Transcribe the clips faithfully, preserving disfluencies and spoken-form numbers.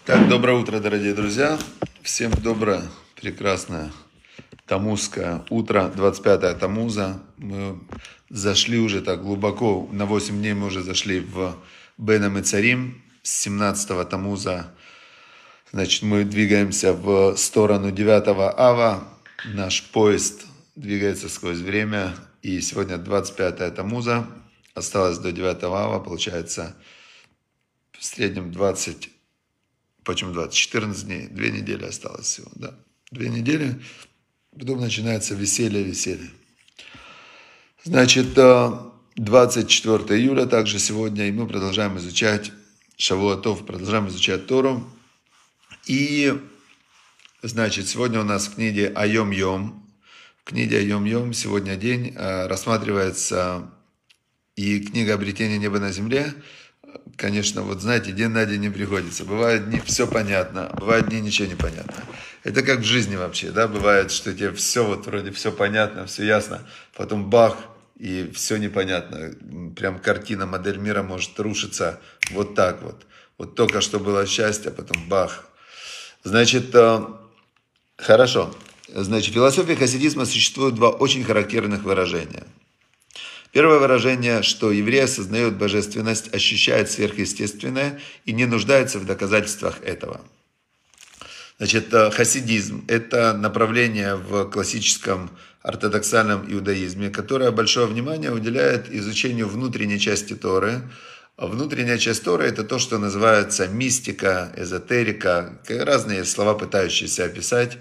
Так, доброе утро, дорогие друзья. Всем доброе, прекрасное тамузское утро, двадцать пятое Тамуза. Мы зашли уже так глубоко, на восемь дней мы уже зашли в Бен Амицарим. С семнадцатого Тамуза, значит, мы двигаемся в сторону девятого Ава. Наш поезд двигается сквозь время. И сегодня двадцать пятое Тамуза. Осталось до девятого Ава, получается, в среднем двадцать. Почему двадцать? четырнадцать дней. Две недели осталось всего, да. Две недели. Потом начинается веселье, веселье. Значит, двадцать четвёртого июля также сегодня. И мы продолжаем изучать Шавуа Тов, продолжаем изучать Тору. И, значит, сегодня у нас в книге Айом Йом. В книге Айом Йом сегодня день рассматривается и книга Обретения неба на земле. Конечно, вот знаете, день на день не приходится. Бывают дни, все понятно, бывают дни, ничего не понятно. Это как в жизни вообще, да, бывает, что тебе все вот вроде все понятно, все ясно, потом бах, и все непонятно. Прям картина, модель мира может рушиться вот так вот. Вот только что было счастье, а потом бах. Значит, хорошо. Значит, в философии хасидизма существует два очень характерных выражения. Первое выражение, что еврей осознает божественность, ощущает сверхъестественное и не нуждается в доказательствах этого. Значит, хасидизм – это направление в классическом ортодоксальном иудаизме, которое большое внимание уделяет изучению внутренней части Торы. Внутренняя часть Торы – это то, что называется мистика, эзотерика, разные слова, пытающиеся описать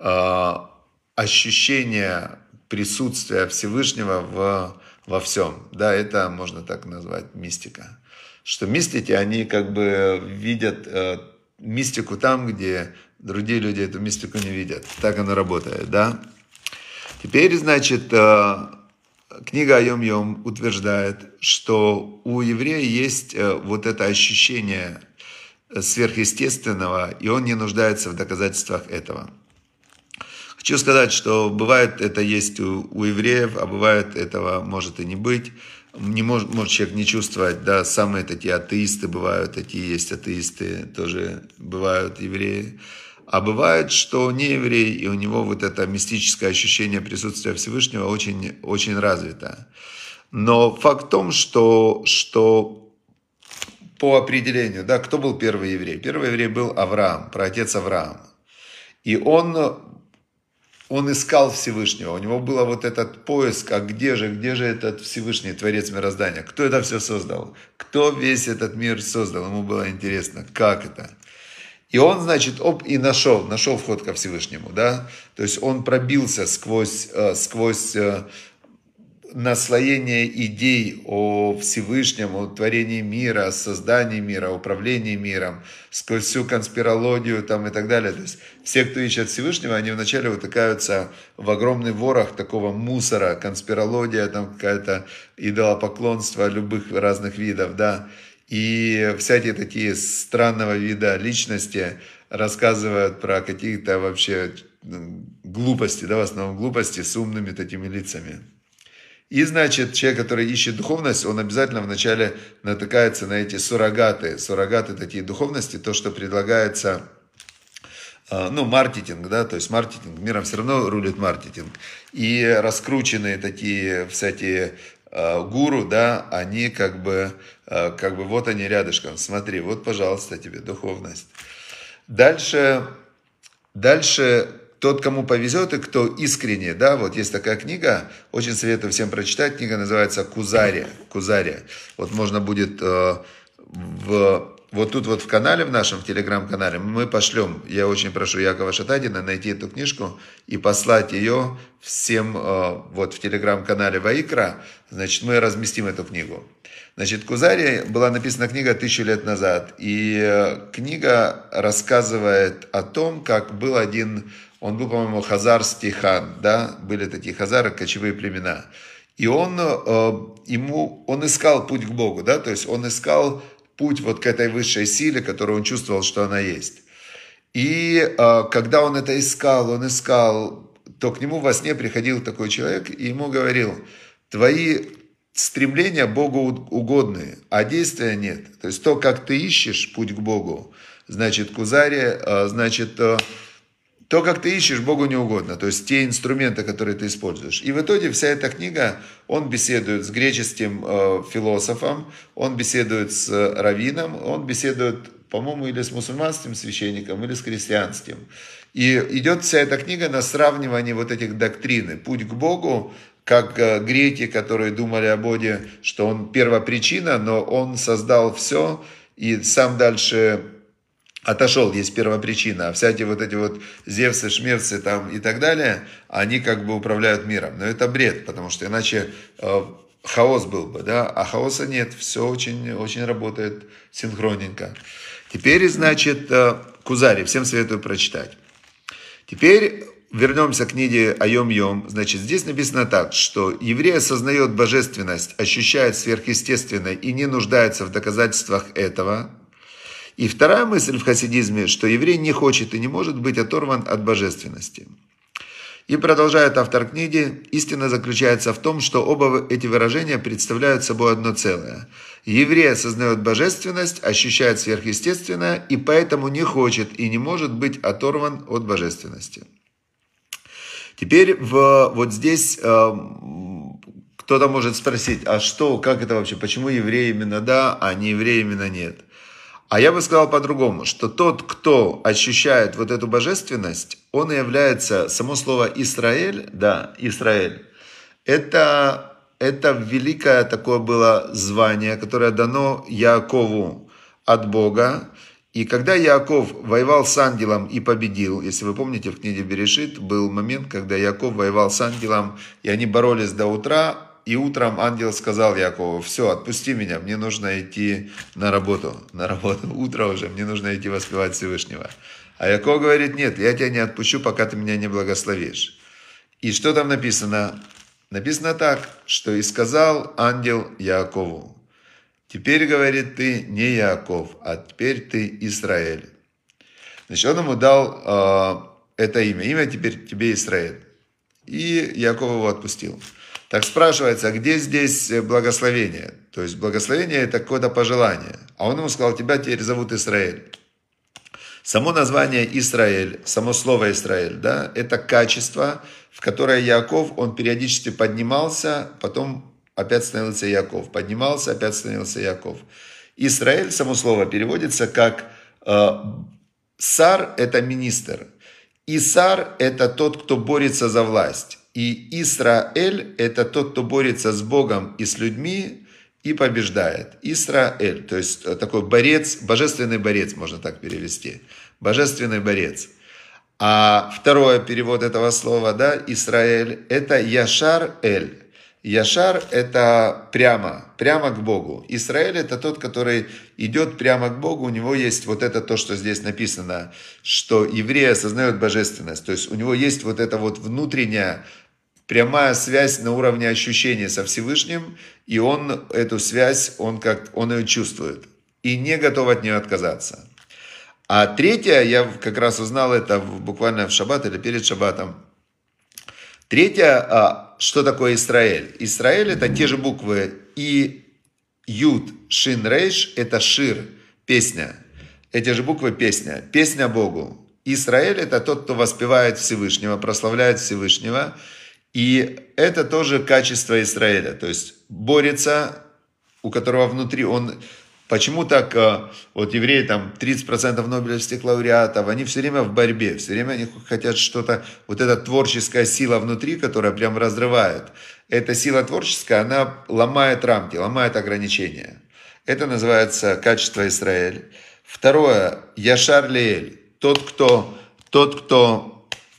ощущение присутствия Всевышнего в во всем. Да, это можно так назвать мистика. Что мистики, они как бы видят э, мистику там, где другие люди эту мистику не видят. Так оно работает, да. Теперь, значит, э, книга Айом Йом утверждает, что у еврея есть э, вот это ощущение сверхъестественного, и он не нуждается в доказательствах этого. Хочу сказать, что бывает это есть у, у евреев, а бывает этого может и не быть. Не может, может человек не чувствовать, да, самые такие атеисты бывают, такие есть атеисты, тоже бывают евреи. А бывает, что не еврей, и у него вот это мистическое ощущение присутствия Всевышнего очень, очень развито. Но факт в том, что, что по определению, да, кто был первый еврей? Первый еврей был Авраам, праотец Авраам. И он... Он искал Всевышнего, у него был вот этот поиск, а где же, где же этот Всевышний, Творец мироздания, кто это все создал, кто весь этот мир создал, ему было интересно, как это. И он, значит, оп, и нашел, нашел вход ко Всевышнему, да, то есть он пробился сквозь, сквозь наслоение идей о Всевышнем, о творении мира, о создании мира, о управлении миром, сквозь всю конспирологию там и так далее. То есть все, кто ищет Всевышнего, они вначале утыкаются в огромный ворох такого мусора, конспирология, там какая-то идолопоклонство любых разных видов, да. И всякие такие странного вида личности рассказывают про какие-то вообще глупости, да, в основном глупости с умными такими лицами. И, значит, человек, который ищет духовность, он обязательно вначале натыкается на эти суррогаты. Суррогаты такие духовности, то, что предлагается, ну, маркетинг, да, то есть маркетинг, миром все равно рулит маркетинг. И раскрученные такие всякие гуру, да, они как бы, как бы вот они рядышком, смотри, вот, пожалуйста, тебе духовность. Дальше, дальше... Тот, кому повезет и кто искренне, да, вот есть такая книга, очень советую всем прочитать, книга называется «Кузария», «Кузария». Вот можно будет э, в, вот тут вот в канале, в нашем, в телеграм-канале, мы пошлем, я очень прошу Якова Шатадина найти эту книжку и послать ее всем э, вот в телеграм-канале Ваикра, значит, мы разместим эту книгу. Значит, «Кузария» была написана книга тысячу лет назад, и книга рассказывает о том, как был один... Он был, по-моему, хазарский хан, да, были такие хазары, кочевые племена. И он, э, ему, он искал путь к Богу, да, то есть он искал путь вот к этой высшей силе, которую он чувствовал, что она есть. И э, когда он это искал, он искал, то к нему во сне приходил такой человек и ему говорил: твои стремления Богу угодные, а действия нет. То есть то, как ты ищешь путь к Богу, значит, кузари, значит, то, как ты ищешь, Богу не угодно. То есть те инструменты, которые ты используешь. И в итоге вся эта книга, он беседует с греческим э, философом, он беседует с раввином, он беседует, по-моему, или с мусульманским священником, или с христианским. И идет вся эта книга на сравнивание вот этих доктрин. Путь к Богу, как э, греки, которые думали о Боге, что он первопричина, но он создал все и сам дальше... отошел, есть первопричина, а всякие вот эти вот Зевсы, Шмевцы там и так далее, они как бы управляют миром. Но это бред, потому что иначе э, хаос был бы, да, а хаоса нет, все очень, очень работает синхронненько. Теперь, значит, э, Кузари, всем советую прочитать. Теперь вернемся к книге Айом-Йом. Значит, здесь написано так, что еврей осознает божественность, ощущает сверхъестественное и не нуждается в доказательствах этого. И вторая мысль в хасидизме, что еврей не хочет и не может быть оторван от божественности. И продолжает автор книги, истина заключается в том, что оба эти выражения представляют собой одно целое. Еврей осознает божественность, ощущает сверхъестественное и поэтому не хочет и не может быть оторван от божественности. Теперь в, вот здесь э, кто-то может спросить, а что, как это вообще, почему евреи именно да, а не евреи именно нет? А я бы сказал по-другому, что тот, кто ощущает вот эту божественность, он и является, само слово Исраэль, да, Исраэль, это, это великое такое было звание, которое дано Яакову от Бога. И когда Яаков воевал с ангелом и победил, если вы помните, в книге Берешит был момент, когда Яаков воевал с ангелом, и они боролись до утра, и утром ангел сказал Яакову: все, отпусти меня, мне нужно идти на работу. На работу, утро уже, мне нужно идти воспевать Всевышнего. А Яаков говорит: нет, я тебя не отпущу, пока ты меня не благословишь. И что там написано? Написано так, что и сказал ангел Яакову: теперь, говорит, ты не Яаков, а теперь ты Израиль. Значит, он ему дал э, это имя. Имя теперь тебе Израиль. И Яаков его отпустил. Так спрашивается, где здесь благословение? То есть благословение это какое-то пожелание. А он ему сказал: тебя теперь зовут Израиль. Само название Израиль, само слово Израиль, да, это качество, в которое Яаков, он периодически поднимался, потом опять становился Яаков. Поднимался, опять становился Яаков. Израиль, само слово переводится как э, сар, это министр. Исар – это тот, кто борется за власть. И Исраэль – это тот, кто борется с Богом и с людьми и побеждает. Исраэль, то есть такой борец, божественный борец, можно так перевести. Божественный борец. А второй перевод этого слова, да, Исраэль, это Яшар-эль. Яшар – это прямо, прямо к Богу. Израиль – это тот, который идет прямо к Богу. У него есть вот это то, что здесь написано, что еврей осознает божественность. То есть у него есть вот эта вот внутренняя прямая связь на уровне ощущения со Всевышним, и он эту связь, он, как, он ее чувствует и не готов от нее отказаться. А третье, я как раз узнал это буквально в шаббат или перед шаббатом. Третье, что такое Израиль? Израиль это те же буквы И, Юд, Шин, Рейш, это Шир, песня. Эти же буквы песня, песня Богу. Израиль это тот, кто воспевает Всевышнего, прославляет Всевышнего. И это тоже качество Израиля, то есть борется, у которого внутри он... Почему так, вот евреи, там тридцать процентов нобелевских лауреатов, они все время в борьбе, все время они хотят что-то, вот эта творческая сила внутри, которая прям разрывает. Эта сила творческая, она ломает рамки, ломает ограничения. Это называется качество Израиль. Второе, Яшар Леэль, тот, кто, тот, кто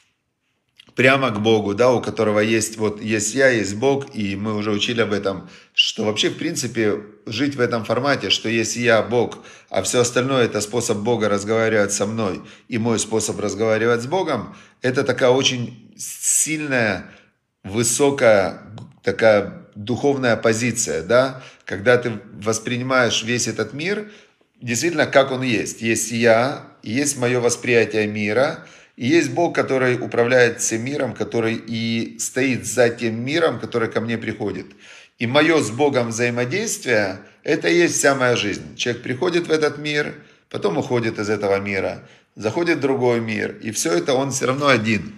прямо к Богу, да, у которого есть, вот, есть я, есть Бог, и мы уже учили об этом, что вообще, в принципе, жить в этом формате, что есть я, Бог, а все остальное это способ Бога разговаривать со мной, и мой способ разговаривать с Богом, это такая очень сильная, высокая, такая духовная позиция, да, когда ты воспринимаешь весь этот мир, действительно, как он есть. Есть я, есть мое восприятие мира, и есть Бог, который управляет всем миром, который и стоит за тем миром, который ко мне приходит. И мое с Богом взаимодействие, это и есть вся моя жизнь. Человек приходит в этот мир, потом уходит из этого мира, заходит в другой мир, и все это он все равно один.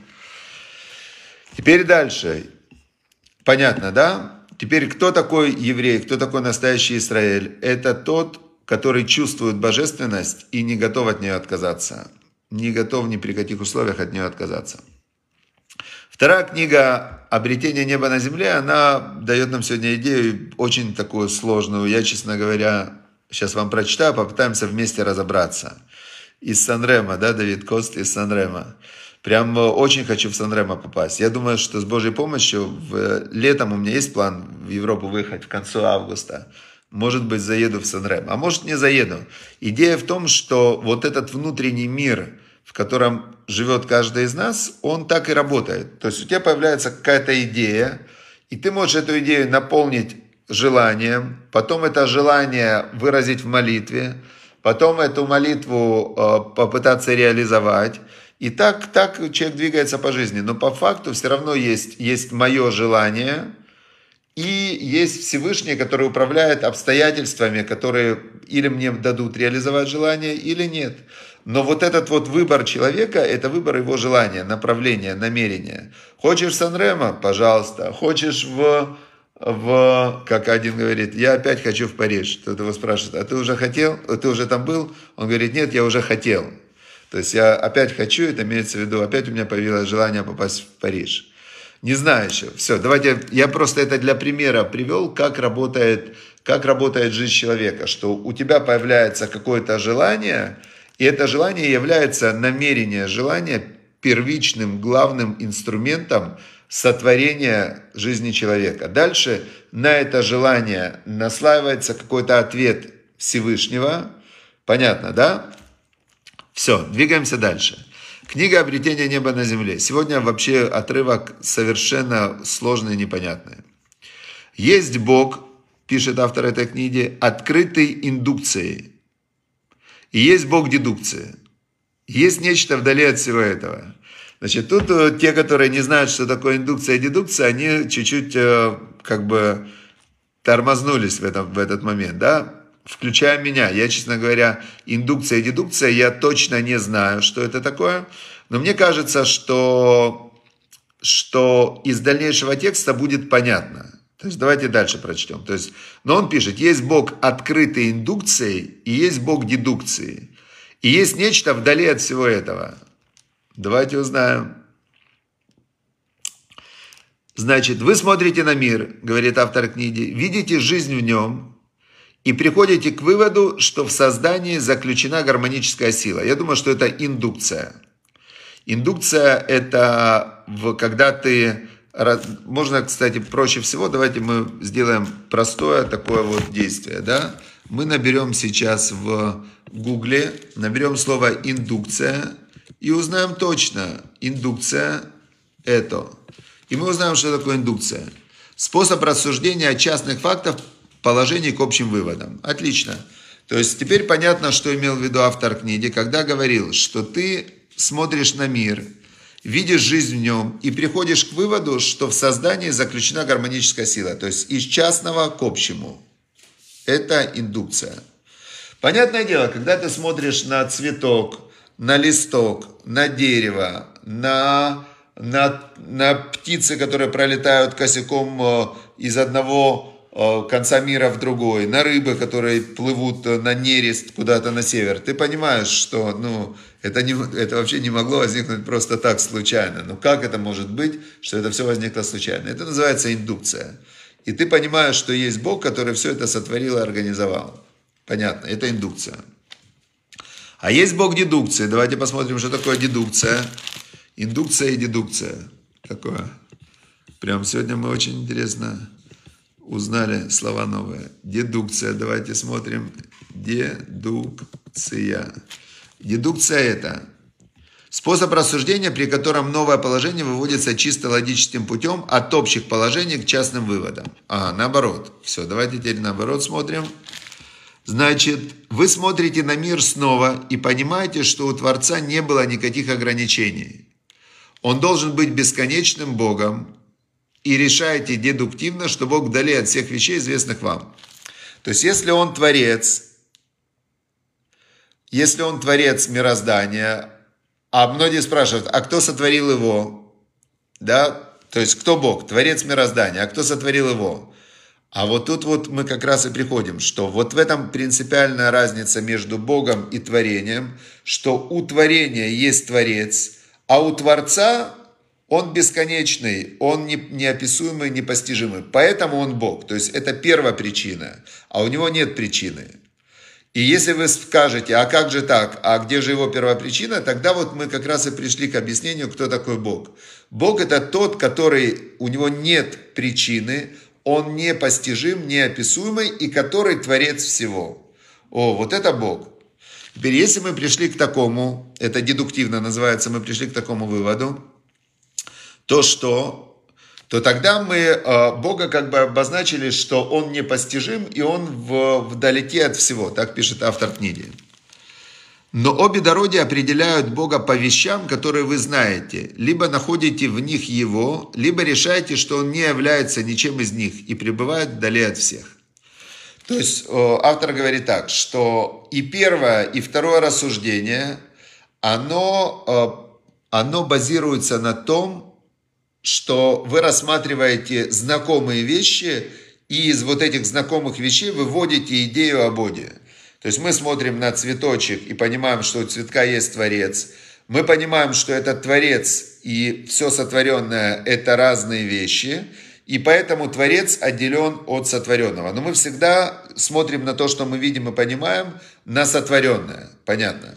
Теперь дальше. Понятно, да? Теперь кто такой еврей, кто такой настоящий Израиль? Это тот, который чувствует божественность и не готов от нее отказаться. Не готов ни при каких условиях от нее отказаться. Вторая книга «Обретение неба на земле», она дает нам сегодня идею очень такую сложную. Я, честно говоря, сейчас вам прочитаю, попытаемся вместе разобраться. Из Сан-Ремо, да, Давид Кост из Сан-Ремо. Прям очень хочу в Сан-Ремо попасть. Я думаю, что с Божьей помощью в... летом у меня есть план в Европу выехать в конце августа. Может быть, заеду в Сан-Ремо, а может, не заеду. Идея в том, что вот этот внутренний мир, в котором живет каждый из нас, он так и работает. То есть у тебя появляется какая-то идея, и ты можешь эту идею наполнить желанием, потом это желание выразить в молитве, потом эту молитву э, попытаться реализовать. И так, так человек двигается по жизни. Но по факту все равно есть, есть мое желание, и есть Всевышний, который управляет обстоятельствами, которые или мне дадут реализовать желание, или нет. Но вот этот вот выбор человека, это выбор его желания, направления, намерения. Хочешь в Сан-Ремо? Пожалуйста. Хочешь в, в, как один говорит, я опять хочу в Париж. Кто-то его спрашивает, а ты уже хотел? Ты уже там был? Он говорит, нет, я уже хотел. То есть я опять хочу, это имеется в виду, опять у меня появилось желание попасть в Париж. Не знаю еще. Все, давайте, я просто это для примера привел, как работает, как работает жизнь человека. Что у тебя появляется какое-то желание, и это желание является намерение желания первичным, главным инструментом сотворения жизни человека. Дальше на это желание наслаивается какой-то ответ Всевышнего. Понятно, да? Все, двигаемся дальше. Книга «Обретение неба на земле». Сегодня вообще отрывок совершенно сложный и непонятный. Есть Бог, пишет автор этой книги, открытый индукцией. И есть Бог дедукции. Есть нечто вдали от всего этого. Значит, тут те, которые не знают, что такое индукция и дедукция, они чуть-чуть как бы тормознулись в, этом, в этот момент, да? Включая меня. Я, честно говоря, индукция и дедукция, я точно не знаю, что это такое. Но мне кажется, что, что из дальнейшего текста будет понятно. То есть давайте дальше прочтем. То есть, но он пишет, есть Бог открытой индукцией и есть Бог дедукции. И есть нечто вдали от всего этого. Давайте узнаем. Значит, вы смотрите на мир, говорит автор книги, видите жизнь в нем, и приходите к выводу, что в создании заключена гармоническая сила. Я думаю, что это индукция. Индукция – это когда ты… Можно, кстати, проще всего, давайте мы сделаем простое такое вот действие. Да? Мы наберем сейчас в Гугле, наберем слово «индукция» и узнаем точно, индукция – это. И мы узнаем, что такое индукция. Способ рассуждения частных фактов, положений к общим выводам. Отлично. То есть теперь понятно, что имел в виду автор книги, когда говорил, что ты смотришь на мир, видишь жизнь в нем и приходишь к выводу, что в создании заключена гармоническая сила. То есть из частного к общему. Это индукция. Понятное дело, когда ты смотришь на цветок, на листок, на дерево, на, на, на птицы, которые пролетают косяком из одного конца мира в другой, на рыбы, которые плывут на нерест куда-то на север, ты понимаешь, что ну, это, не, это вообще не могло возникнуть просто так случайно. Но как это может быть, что это все возникло случайно? Это называется индукция. И ты понимаешь, что есть Бог, который все это сотворил и организовал. Понятно, это индукция. А есть Бог дедукции. Давайте посмотрим, что такое дедукция. Индукция и дедукция. Такое. Прям сегодня мы очень интересно узнали слова новые. Дедукция. Давайте смотрим. Дедукция. Дедукция это способ рассуждения, при котором новое положение выводится чисто логическим путем от общих положений к частным выводам. А, наоборот. Все, давайте теперь наоборот смотрим. Значит, вы смотрите на мир снова и понимаете, что у Творца не было никаких ограничений. Он должен быть бесконечным Богом, и решаете дедуктивно, что Бог вдали от всех вещей, известных вам. То есть, если Он Творец, если он творец мироздания, а многие спрашивают, а кто сотворил его? Да, то есть кто Бог? Творец мироздания, а кто сотворил его? А вот тут вот мы как раз и приходим, что вот в этом принципиальная разница между Богом и творением, что у творения есть Творец, а у Творца он бесконечный, он неописуемый, непостижимый, поэтому он Бог. То есть это первая причина, а у него нет причины. И если вы скажете, а как же так, а где же его первопричина, тогда вот мы как раз и пришли к объяснению, кто такой Бог. Бог это тот, который, у него нет причины, он непостижим, неописуемый и который творец всего. О, вот это Бог. Теперь, если мы пришли к такому, это дедуктивно называется, мы пришли к такому выводу, то что, то тогда мы э, Бога как бы обозначили, что он непостижим и он в, вдалеке от всего, так пишет автор книги. Но обе дороги определяют Бога по вещам, которые вы знаете. Либо находите в них Его, либо решаете, что Он не является ничем из них и пребывает вдали от всех. То есть автор говорит так, что и первое, и второе рассуждение, оно, оно базируется на том, что вы рассматриваете знакомые вещи, и из вот этих знакомых вещей выводите идею о Боге. То есть мы смотрим на цветочек и понимаем, что у цветка есть Творец. Мы понимаем, что этот Творец и все сотворенное – это разные вещи. И поэтому Творец отделен от сотворенного. Но мы всегда смотрим на то, что мы видим и понимаем, на сотворенное. Понятно?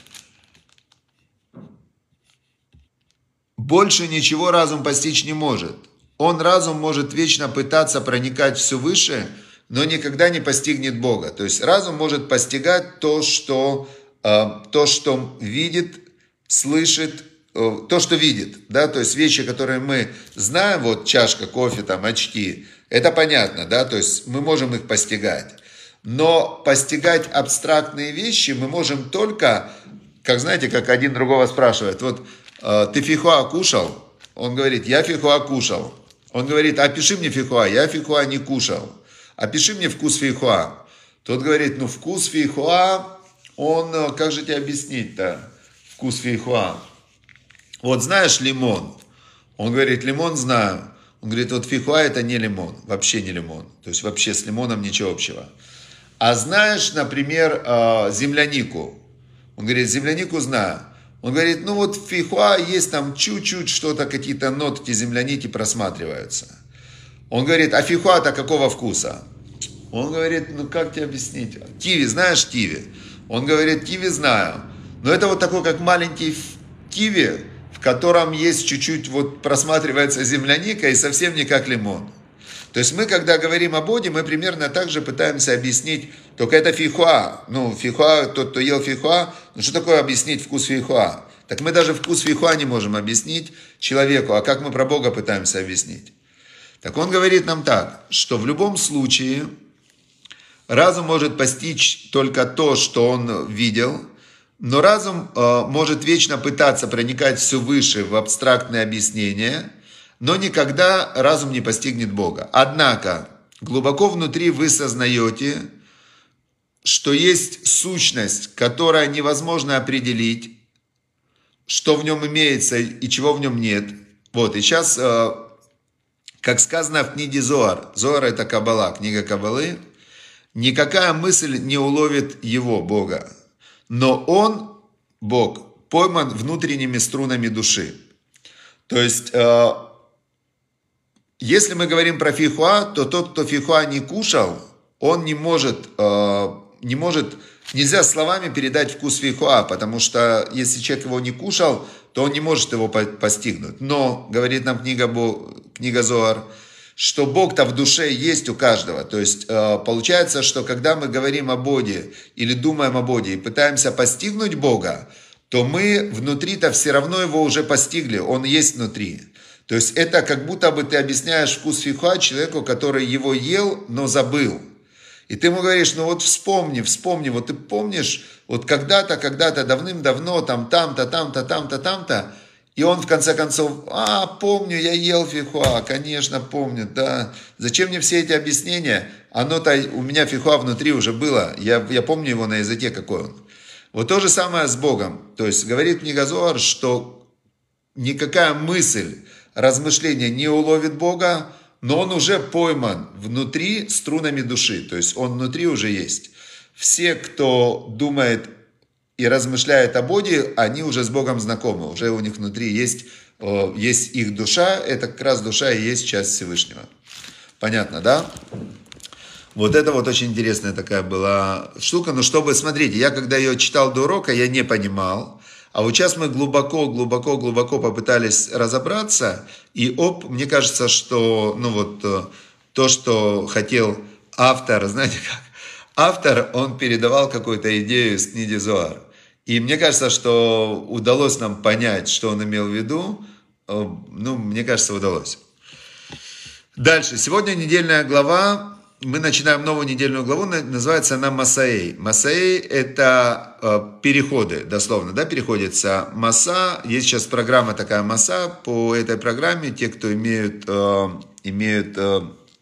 Больше ничего разум постичь не может. Он, разум, может вечно пытаться проникать все выше, но никогда не постигнет Бога. То есть разум может постигать то, что, э, то, что видит, слышит, э, то, что видит. Да? То есть вещи, которые мы знаем, вот чашка, кофе, там, очки, это понятно, да? То есть мы можем их постигать. Но постигать абстрактные вещи мы можем только, как знаете, как один другого спрашивает, вот э, ты фихуа кушал? Он говорит, я фихуа кушал. Он говорит, опиши мне фихуа, я фихуа не кушал. Опиши мне вкус фейхуа. Тот говорит, ну вкус фейхуа, он, как же тебе объяснить-то, вкус фейхуа? Вот знаешь лимон? Он говорит, лимон знаю. Он говорит, вот фейхуа это не лимон, вообще не лимон. То есть вообще с лимоном ничего общего. А знаешь, например, землянику? Он говорит, землянику знаю. Он говорит, ну вот в фейхуа есть там чуть-чуть что-то, какие-то нотки земляники просматриваются. Он говорит, а фейхуа-то какого вкуса? Он говорит, ну как тебе объяснить? Киви, знаешь киви? Он говорит, киви знаю. Но это вот такой, как маленький киви, в котором есть чуть-чуть, вот просматривается земляника и совсем не как лимон. То есть мы, когда говорим о Боге, мы примерно так же пытаемся объяснить, только это фейхуа. Ну, фейхуа, тот, кто ел фейхуа, ну что такое объяснить вкус фейхуа? Так мы даже вкус фейхуа не можем объяснить человеку, а как мы про Бога пытаемся объяснить? Так он говорит нам так, что в любом случае разум может постичь только то, что он видел, но разум э, может вечно пытаться проникать все выше в абстрактные объяснения, но никогда разум не постигнет Бога. Однако глубоко внутри вы сознаете, что есть сущность, которая невозможно определить, что в нем имеется и чего в нем нет. Вот, и сейчас... Э, Как сказано в книге Зоар, Зоар это Каббала, книга Каббалы, никакая мысль не уловит его, Бога, но он, Бог, пойман внутренними струнами души. То есть, э, если мы говорим про фейхуа, то тот, кто фейхуа не кушал, он не может, э, не может, нельзя словами передать вкус фейхуа, потому что если человек его не кушал, то он не может его постигнуть. Но, говорит нам книга, книга Зоар, что Бог-то в душе есть у каждого. То есть, получается, что когда мы говорим о Боге или думаем о Боге и пытаемся постигнуть Бога, то мы внутри-то все равно его уже постигли, он есть внутри. То есть, это как будто бы ты объясняешь вкус фейхуа человеку, который его ел, но забыл. И ты ему говоришь, ну вот вспомни, вспомни, вот ты помнишь, вот когда-то, когда-то, давным-давно, там, там-то, там-то, там-то, там-то, и он в конце концов, а, помню, я ел фейхуа, конечно, помню, да, зачем мне все эти объяснения, оно-то, у меня фейхуа внутри уже было, я, я помню его на языке, какой он. Вот то же самое с Богом. То есть говорит книга Зоар, что никакая мысль, размышление не уловит Бога, но он уже пойман внутри струнами души. То есть он внутри уже есть. Все, кто думает и размышляет о Боге, они уже с Богом знакомы. Уже у них внутри есть, есть их душа. Это как раз душа и есть часть Всевышнего. Понятно, да? Вот это вот очень интересная такая была штука. Но чтобы, смотрите, я когда ее читал до урока, я не понимал. А вот сейчас мы глубоко, глубоко, глубоко попытались разобраться. И оп, мне кажется, что, ну вот, то, что хотел автор, знаете как? Автор, он передавал какую-то идею из книги Зоар. И мне кажется, что удалось нам понять, что он имел в виду. Ну, мне кажется, удалось. Дальше. Сегодня недельная глава. Мы начинаем новую недельную главу, называется она Масаэй. Масаэй – это э, переходы, дословно, да, переходится Маса. Есть сейчас программа такая Маса. По этой программе те, кто имеют, э, имеют э,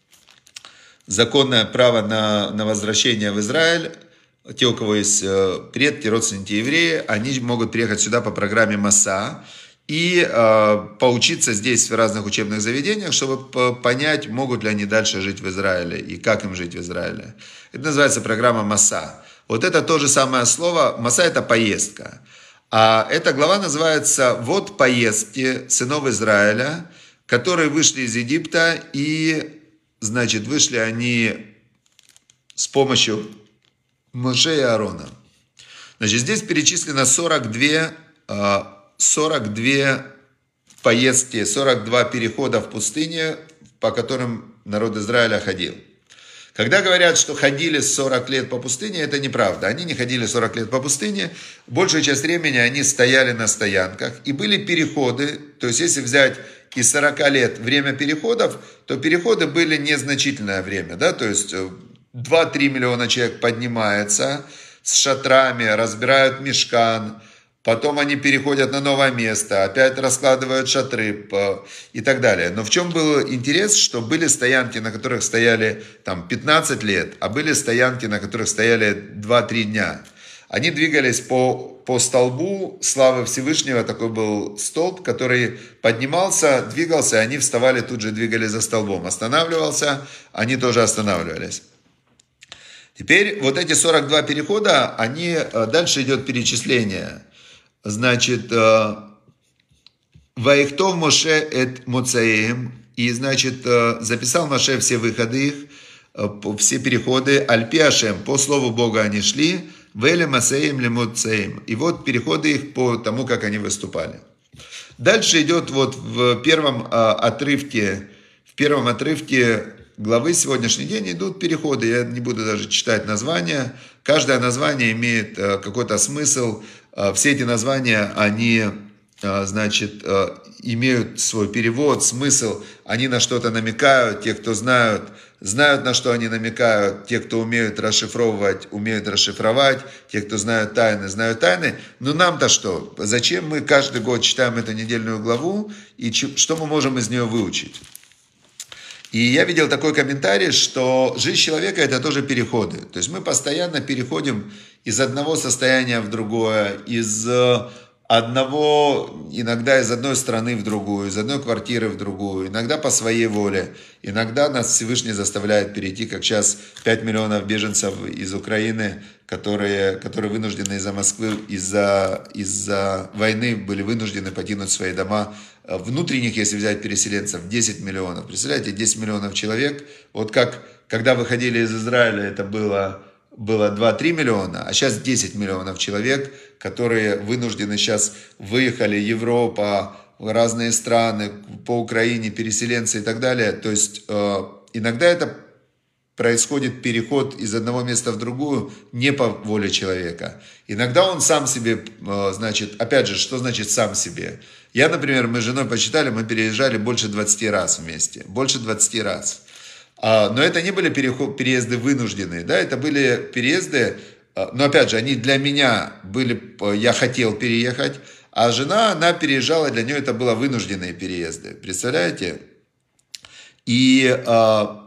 законное право на, на возвращение в Израиль, те, у кого есть э, предки, родственники евреи, они могут приехать сюда по программе Маса и э, поучиться здесь в разных учебных заведениях, чтобы понять, могут ли они дальше жить в Израиле и как им жить в Израиле. Это называется программа Маса. Вот это то же самое слово. Маса – это поездка. А эта глава называется «Вот поездки сынов Израиля, которые вышли из Египта, и, значит, вышли они с помощью Моше и Аарона». Значит, здесь перечислено сорок две сорок две поездки, сорок два перехода в пустыне, по которым народ Израиля ходил. Когда говорят, что ходили сорок лет по пустыне, это неправда. Они не ходили сорок лет по пустыне. Большую часть времени они стояли на стоянках. И были переходы. То есть, если взять из сорока лет время переходов, то переходы были незначительное время. Да? То есть, два-три миллиона человек поднимается с шатрами, разбирают мишкан. Потом они переходят на новое место, опять раскладывают шатры и так далее. Но в чем был интерес, что были стоянки, на которых стояли там пятнадцать лет, а были стоянки, на которых стояли два-три дня. Они двигались по, по столбу славы Всевышнего, такой был столб, который поднимался, двигался, и они вставали, тут же двигались за столбом. Останавливался, они тоже останавливались. Теперь вот эти сорок два перехода, они, дальше идет перечисление. Значит, «Ваихтов Моше эт Моцаим», и, значит, записал Моше все выходы их, все переходы, «Альпи Ашем», по слову Бога они шли, «Веле Масаим ле Моцаим», и вот переходы их по тому, как они выступали. Дальше идет вот в первом отрывке, в первом отрывке главы сегодняшний день идут переходы, я не буду даже читать названия, каждое название имеет какой-то смысл. Все эти названия, они, значит, имеют свой перевод, смысл, они на что-то намекают, те, кто знают, знают, на что они намекают, те, кто умеют расшифровывать, умеют расшифровать, те, кто знают тайны, знают тайны. Но нам-то что? Зачем мы каждый год читаем эту недельную главу, и что мы можем из нее выучить? И я видел такой комментарий, что жизнь человека – это тоже переходы. То есть мы постоянно переходим из одного состояния в другое, из одного, иногда из одной страны в другую, из одной квартиры в другую, иногда по своей воле. Иногда нас Всевышний заставляет перейти, как сейчас пять миллионов беженцев из Украины, которые, которые вынуждены из-за Москвы, из-за, из-за войны были вынуждены покинуть свои дома. Внутренних, если взять переселенцев, десять миллионов. Представляете, десять миллионов человек. Вот как, когда выходили из Израиля, это было, было два-три миллиона, а сейчас десять миллионов человек, которые вынуждены сейчас выехали, Европа, разные страны, по Украине, переселенцы и так далее. То есть э, иногда это происходит переход из одного места в другую не по воле человека. Иногда он сам себе, э, значит, опять же, что значит сам себе? Я, например, мы с женой посчитали, мы переезжали больше двадцати раз вместе. Больше двадцати раз. Но это не были переезды вынужденные, да, это были переезды, но опять же, они для меня были, я хотел переехать, а жена, она переезжала, для нее это были вынужденные переезды. Представляете? И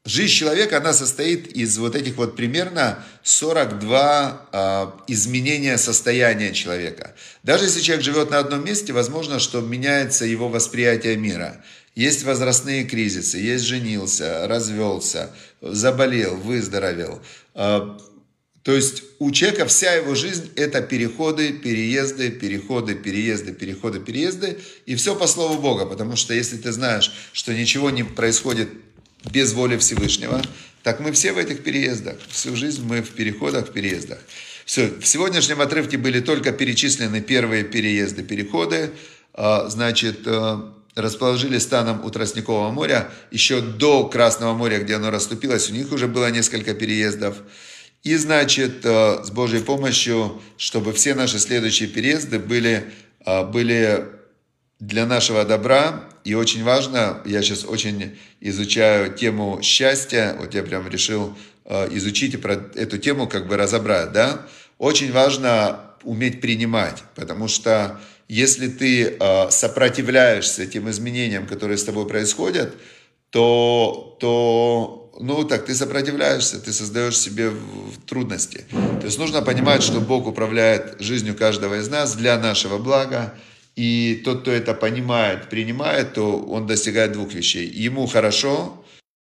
жизнь человека, она состоит из вот этих вот примерно сорок два а, изменения состояния человека. Даже если человек живет на одном месте, возможно, что меняется его восприятие мира. Есть возрастные кризисы, есть женился, развелся, заболел, выздоровел. А, то есть у человека вся его жизнь это переходы, переезды, переходы, переезды, переходы, переезды. И все по слову Бога, потому что если ты знаешь, что ничего не происходит без воли Всевышнего, так мы все в этих переездах. Всю жизнь мы в переходах, в переездах. Все, в сегодняшнем отрывке были только перечислены первые переезды, переходы. Значит, расположились станом у Тростникового моря. Еще до Красного моря, где оно расступилось, у них уже было несколько переездов. И, значит, с Божьей помощью, чтобы все наши следующие переезды были, были для нашего добра. И очень важно, я сейчас очень изучаю тему счастья, вот я прям решил изучить и про эту тему как бы разобрать, да. Очень важно уметь принимать, потому что если ты сопротивляешься тем изменениям, которые с тобой происходят, то, то ну так ты сопротивляешься, ты создаешь себе трудности. То есть нужно понимать, что Бог управляет жизнью каждого из нас для нашего блага. И тот, кто это понимает, принимает, то он достигает двух вещей. Ему хорошо,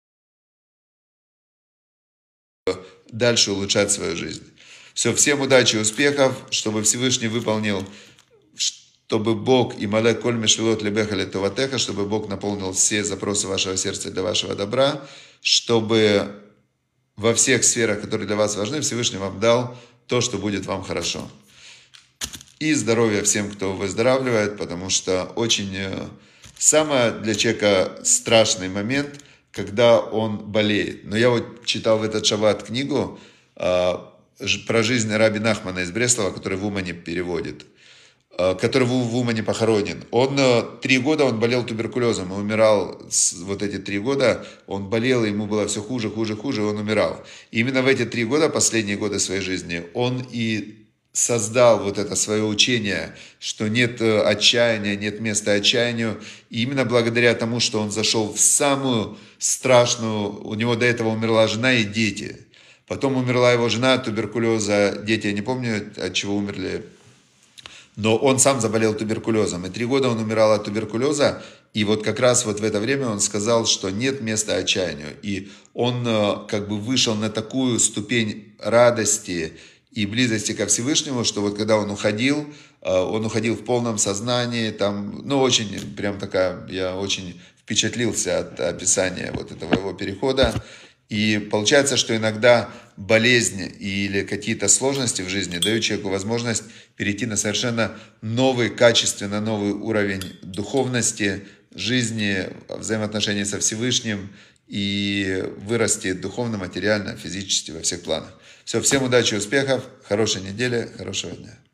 дальше улучшать свою жизнь. Все, всем удачи и успехов, чтобы Всевышний выполнил, чтобы Бог и малек коль мешвилот лебеха летоватеха, чтобы Бог наполнил все запросы вашего сердца для вашего добра, чтобы во всех сферах, которые для вас важны, Всевышний вам дал то, что будет вам хорошо. И здоровья всем, кто выздоравливает, потому что очень самый для человека страшный момент, когда он болеет. Но я вот читал в этот шаббат книгу а, про жизнь Раби Нахмана из Бреслова, который в Умане переводит, а, который в, в Умане похоронен. Он три года он болел туберкулезом и умирал. С, вот эти три года он болел, ему было все хуже, хуже, хуже, и он умирал. И именно в эти три года, последние годы своей жизни, он и создал вот это свое учение, что нет отчаяния, нет места отчаянию. И именно благодаря тому, что он зашел в самую страшную... У него до этого умерла жена и дети. Потом умерла его жена от туберкулеза. Дети, я не помню, от чего умерли. Но он сам заболел туберкулезом. И три года он умирал от туберкулеза. И вот как раз вот в это время он сказал, что нет места отчаянию. И он как бы вышел на такую ступень радости и близости ко Всевышнему, что вот когда он уходил, он уходил в полном сознании, там, ну, очень, прям такая, я очень впечатлился от описания вот этого его перехода. И получается, что иногда болезнь или какие-то сложности в жизни дают человеку возможность перейти на совершенно новый, качественно новый уровень духовности, жизни, взаимоотношений со Всевышним и вырасти духовно, материально, физически во всех планах. Все, всем удачи, успехов, хорошей недели, хорошего дня.